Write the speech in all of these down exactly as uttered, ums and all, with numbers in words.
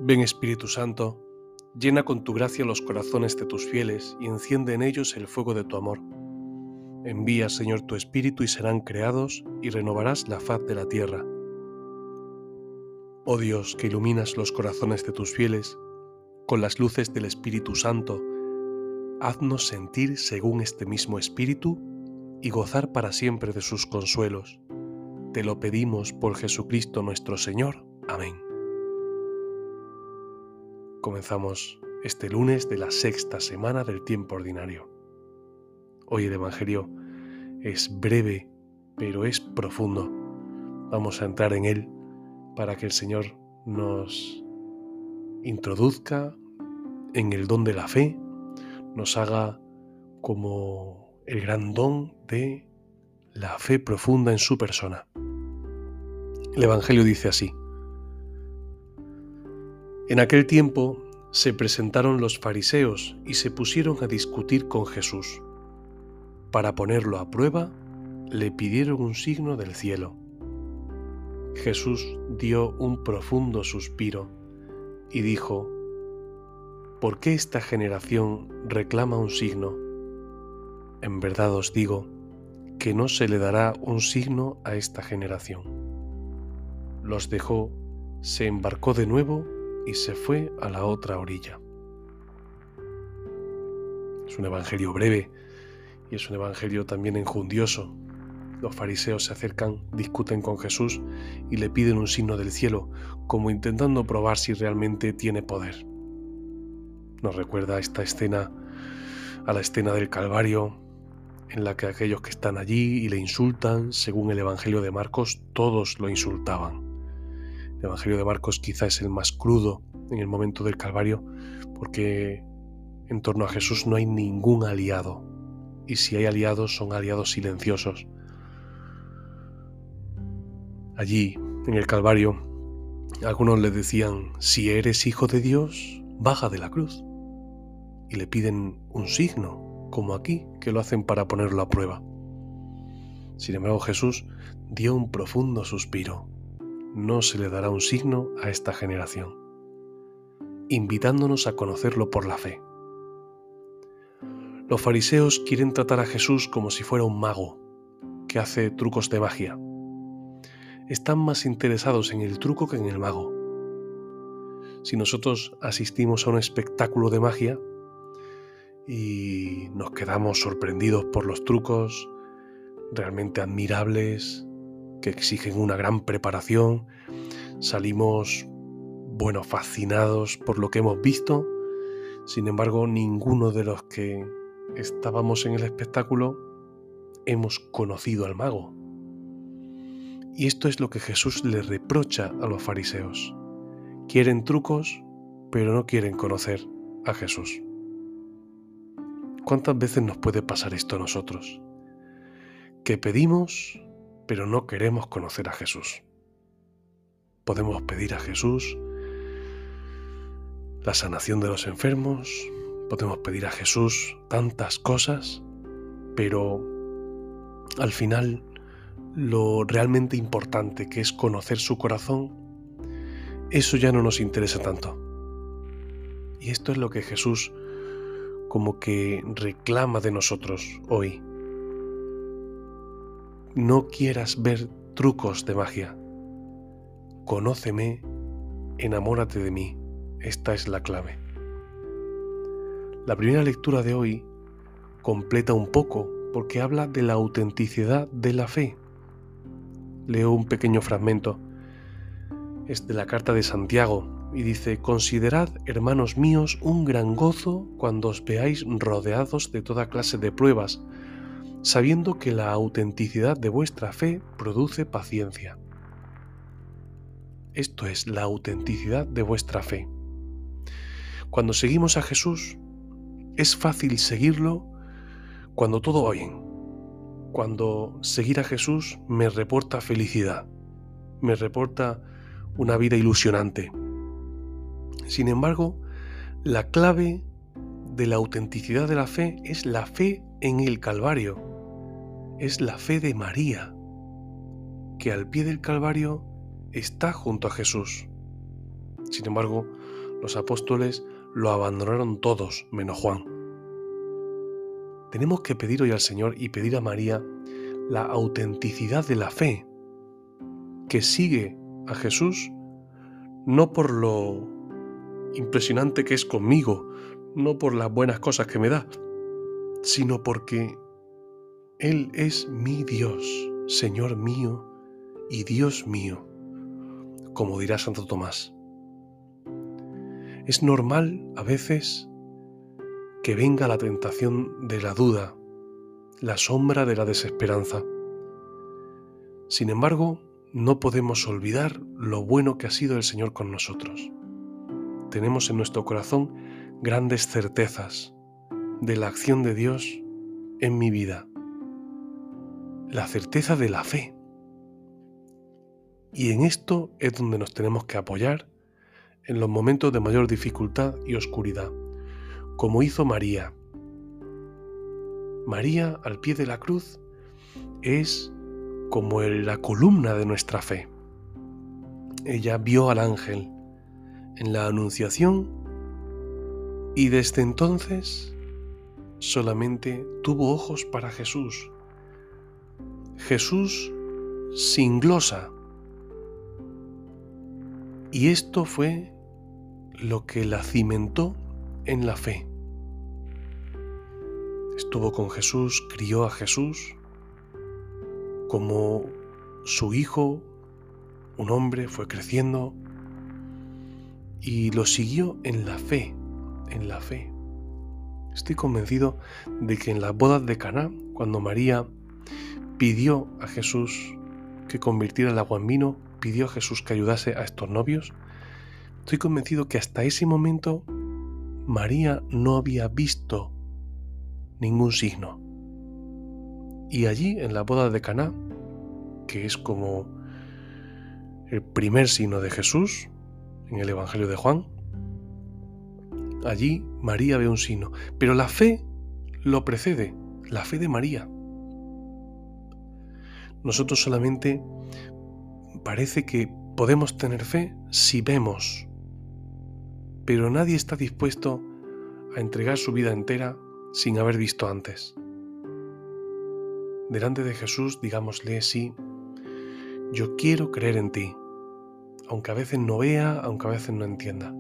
Ven Espíritu Santo, llena con tu gracia los corazones de tus fieles y enciende en ellos el fuego de tu amor. Envía, Señor, tu Espíritu y serán creados y renovarás la faz de la tierra. Oh Dios, que iluminas los corazones de tus fieles, con las luces del Espíritu Santo, haznos sentir según este mismo Espíritu y gozar para siempre de sus consuelos. Te lo pedimos por Jesucristo nuestro Señor. Amén. Comenzamos este lunes de la sexta semana del tiempo ordinario. Hoy el Evangelio es breve, pero es profundo. Vamos a entrar en él para que el Señor nos introduzca en el don de la fe, nos haga como el gran don de la fe profunda en su persona. El Evangelio dice así: En aquel tiempo se presentaron los fariseos y se pusieron a discutir con Jesús. Para ponerlo a prueba, le pidieron un signo del cielo. Jesús dio un profundo suspiro y dijo: ¿Por qué esta generación reclama un signo? En verdad os digo que no se le dará un signo a esta generación. Los dejó, se embarcó de nuevo y se fue a la otra orilla. Es un evangelio breve y es un evangelio también enjundioso. Los fariseos se acercan, discuten con Jesús y le piden un signo del cielo, como intentando probar si realmente tiene poder. Nos recuerda esta escena a la escena del Calvario, en la que aquellos que están allí y le insultan, según el Evangelio de Marcos, todos lo insultaban. El Evangelio de Marcos quizá es el más crudo en el momento del Calvario, porque en torno a Jesús no hay ningún aliado, y si hay aliados son aliados silenciosos. Allí, en el Calvario, algunos le decían: si eres hijo de Dios, baja de la cruz. Y le piden un signo, como aquí, que lo hacen para ponerlo a prueba. Sin embargo, Jesús dio un profundo suspiro. No se le dará un signo a esta generación, invitándonos a conocerlo por la fe. Los fariseos quieren tratar a Jesús como si fuera un mago que hace trucos de magia. Están más interesados en el truco que en el mago. Si nosotros asistimos a un espectáculo de magia y nos quedamos sorprendidos por los trucos realmente admirables que exigen una gran preparación, salimos, bueno, fascinados por lo que hemos visto. Sin embargo, ninguno de los que estábamos en el espectáculo hemos conocido al mago. Y esto es lo que Jesús le reprocha a los fariseos. Quieren trucos, pero no quieren conocer a Jesús. ¿Cuántas veces nos puede pasar esto a nosotros? Que pedimos, pero no queremos conocer a Jesús. Podemos pedir a Jesús la sanación de los enfermos, podemos pedir a Jesús tantas cosas, pero al final lo realmente importante, que es conocer su corazón, eso ya no nos interesa tanto. Y esto es lo que Jesús como que reclama de nosotros hoy. No quieras ver trucos de magia. Conóceme, enamórate de mí. Esta es la clave. La primera lectura de hoy completa un poco porque habla de la autenticidad de la fe. Leo un pequeño fragmento. Es de la carta de Santiago y dice: Considerad, hermanos míos, un gran gozo cuando os veáis rodeados de toda clase de pruebas, sabiendo que la autenticidad de vuestra fe produce paciencia. Esto es la autenticidad de vuestra fe. Cuando seguimos a Jesús, es fácil seguirlo cuando todo va bien. Cuando seguir a Jesús me reporta felicidad, me reporta una vida ilusionante. Sin embargo, la clave de la autenticidad de la fe es la fe en el Calvario. Es la fe de María, que al pie del Calvario está junto a Jesús. Sin embargo, Los apóstoles lo abandonaron todos, menos Juan. Tenemos que pedir hoy al Señor y pedir a María la autenticidad de la fe, que sigue a Jesús no por lo impresionante que es conmigo, no por las buenas cosas que me da, sino porque Él es mi Dios, Señor mío y Dios mío, como dirá Santo Tomás. Es normal a veces que venga la tentación de la duda, la sombra de la desesperanza. Sin embargo, no podemos olvidar lo bueno que ha sido el Señor con nosotros. Tenemos en nuestro corazón grandes certezas de la acción de Dios en mi vida. La certeza de la fe. Y en esto es donde nos tenemos que apoyar en los momentos de mayor dificultad y oscuridad, como hizo María. María, al pie de la cruz, es como la columna de nuestra fe. Ella vio al ángel en la Anunciación y desde entonces solamente tuvo ojos para Jesús. Jesús sin glosa. Y esto fue lo que la cimentó en la fe. Estuvo con Jesús, crió a Jesús como su hijo, un hombre, fue creciendo y lo siguió en la fe, en la fe. Estoy convencido de que en las bodas de Caná, cuando María pidió a Jesús que convirtiera el agua en vino, pidió a Jesús que ayudase a estos novios, estoy convencido que hasta ese momento María no había visto ningún signo. Y allí, en la boda de Caná, que es como el primer signo de Jesús en el Evangelio de Juan, allí María ve un signo, pero la fe lo precede, la fe de María. Nosotros solamente parece que podemos tener fe si vemos, pero nadie está dispuesto a entregar su vida entera sin haber visto antes. Delante de Jesús digámosle: sí, yo quiero creer en ti, aunque a veces no vea, aunque a veces no entienda.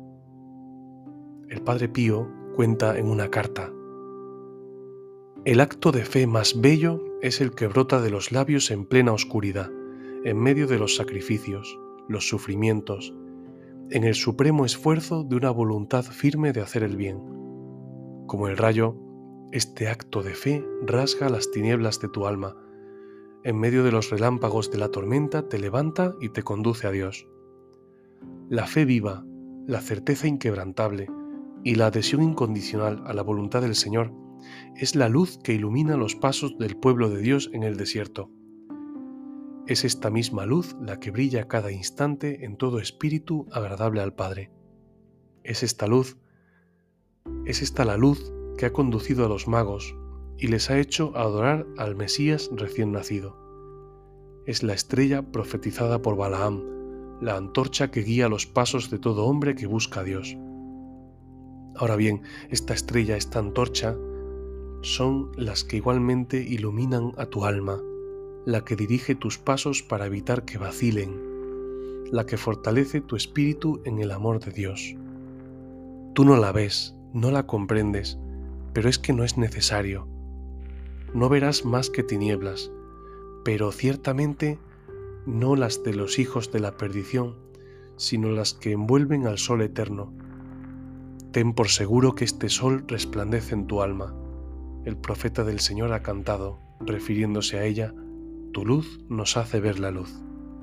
El Padre Pío cuenta en una carta: el acto de fe más bello es el que brota de los labios en plena oscuridad, en medio de los sacrificios, los sufrimientos, en el supremo esfuerzo de una voluntad firme de hacer el bien. Como el rayo, este acto de fe rasga las tinieblas de tu alma. En medio de los relámpagos de la tormenta te levanta y te conduce a Dios. La fe viva, la certeza inquebrantable y la adhesión incondicional a la voluntad del Señor es la luz que ilumina los pasos del pueblo de Dios en el desierto. Es esta misma luz la que brilla cada instante en todo espíritu agradable al Padre. Es esta luz, es esta la luz que ha conducido a los magos y les ha hecho adorar al Mesías recién nacido. Es la estrella profetizada por Balaam, la antorcha que guía los pasos de todo hombre que busca a Dios. Ahora bien, esta estrella, esta antorcha, son las que igualmente iluminan a tu alma, la que dirige tus pasos para evitar que vacilen, la que fortalece tu espíritu en el amor de Dios. Tú no la ves, no la comprendes, pero es que no es necesario. No verás más que tinieblas, pero ciertamente no las de los hijos de la perdición, sino las que envuelven al sol eterno. Ten por seguro que este sol resplandece en tu alma. El profeta del Señor ha cantado, refiriéndose a ella: tu luz nos hace ver la luz.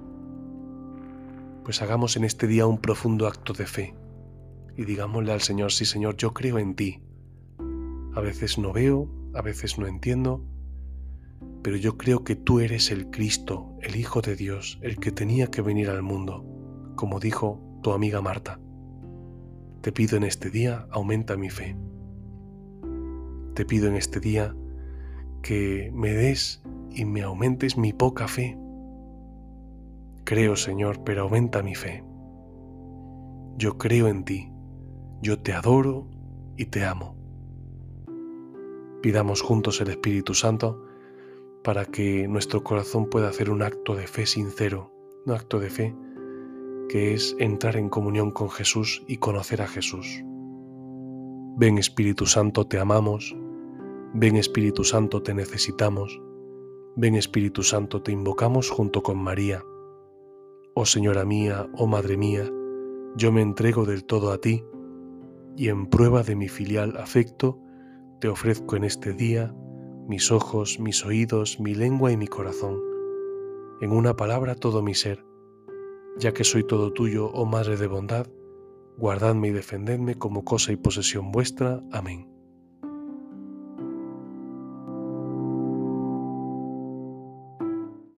Pues hagamos en este día un profundo acto de fe y digámosle al Señor: sí, Señor, yo creo en ti. A veces no veo, a veces no entiendo, pero yo creo que tú eres el Cristo, el Hijo de Dios, el que tenía que venir al mundo, como dijo tu amiga Marta. Te pido en este día, aumenta mi fe. Te pido en este día que me des y me aumentes mi poca fe. Creo, Señor, pero aumenta mi fe. yo creo en ti, yo te adoro y te amo. Pidamos juntos el Espíritu Santo para que nuestro corazón pueda hacer un acto de fe sincero, un acto de fe que es entrar en comunión con Jesús y conocer a Jesús. Ven Espíritu Santo, te amamos. Ven Espíritu Santo, te necesitamos. Ven Espíritu Santo, te invocamos junto con María. Oh Señora mía, oh Madre mía, yo me entrego del todo a ti y en prueba de mi filial afecto te ofrezco en este día mis ojos, mis oídos, mi lengua y mi corazón, en una palabra todo mi ser, ya que soy todo tuyo, oh Madre de bondad, guardadme y defendedme como cosa y posesión vuestra. Amén.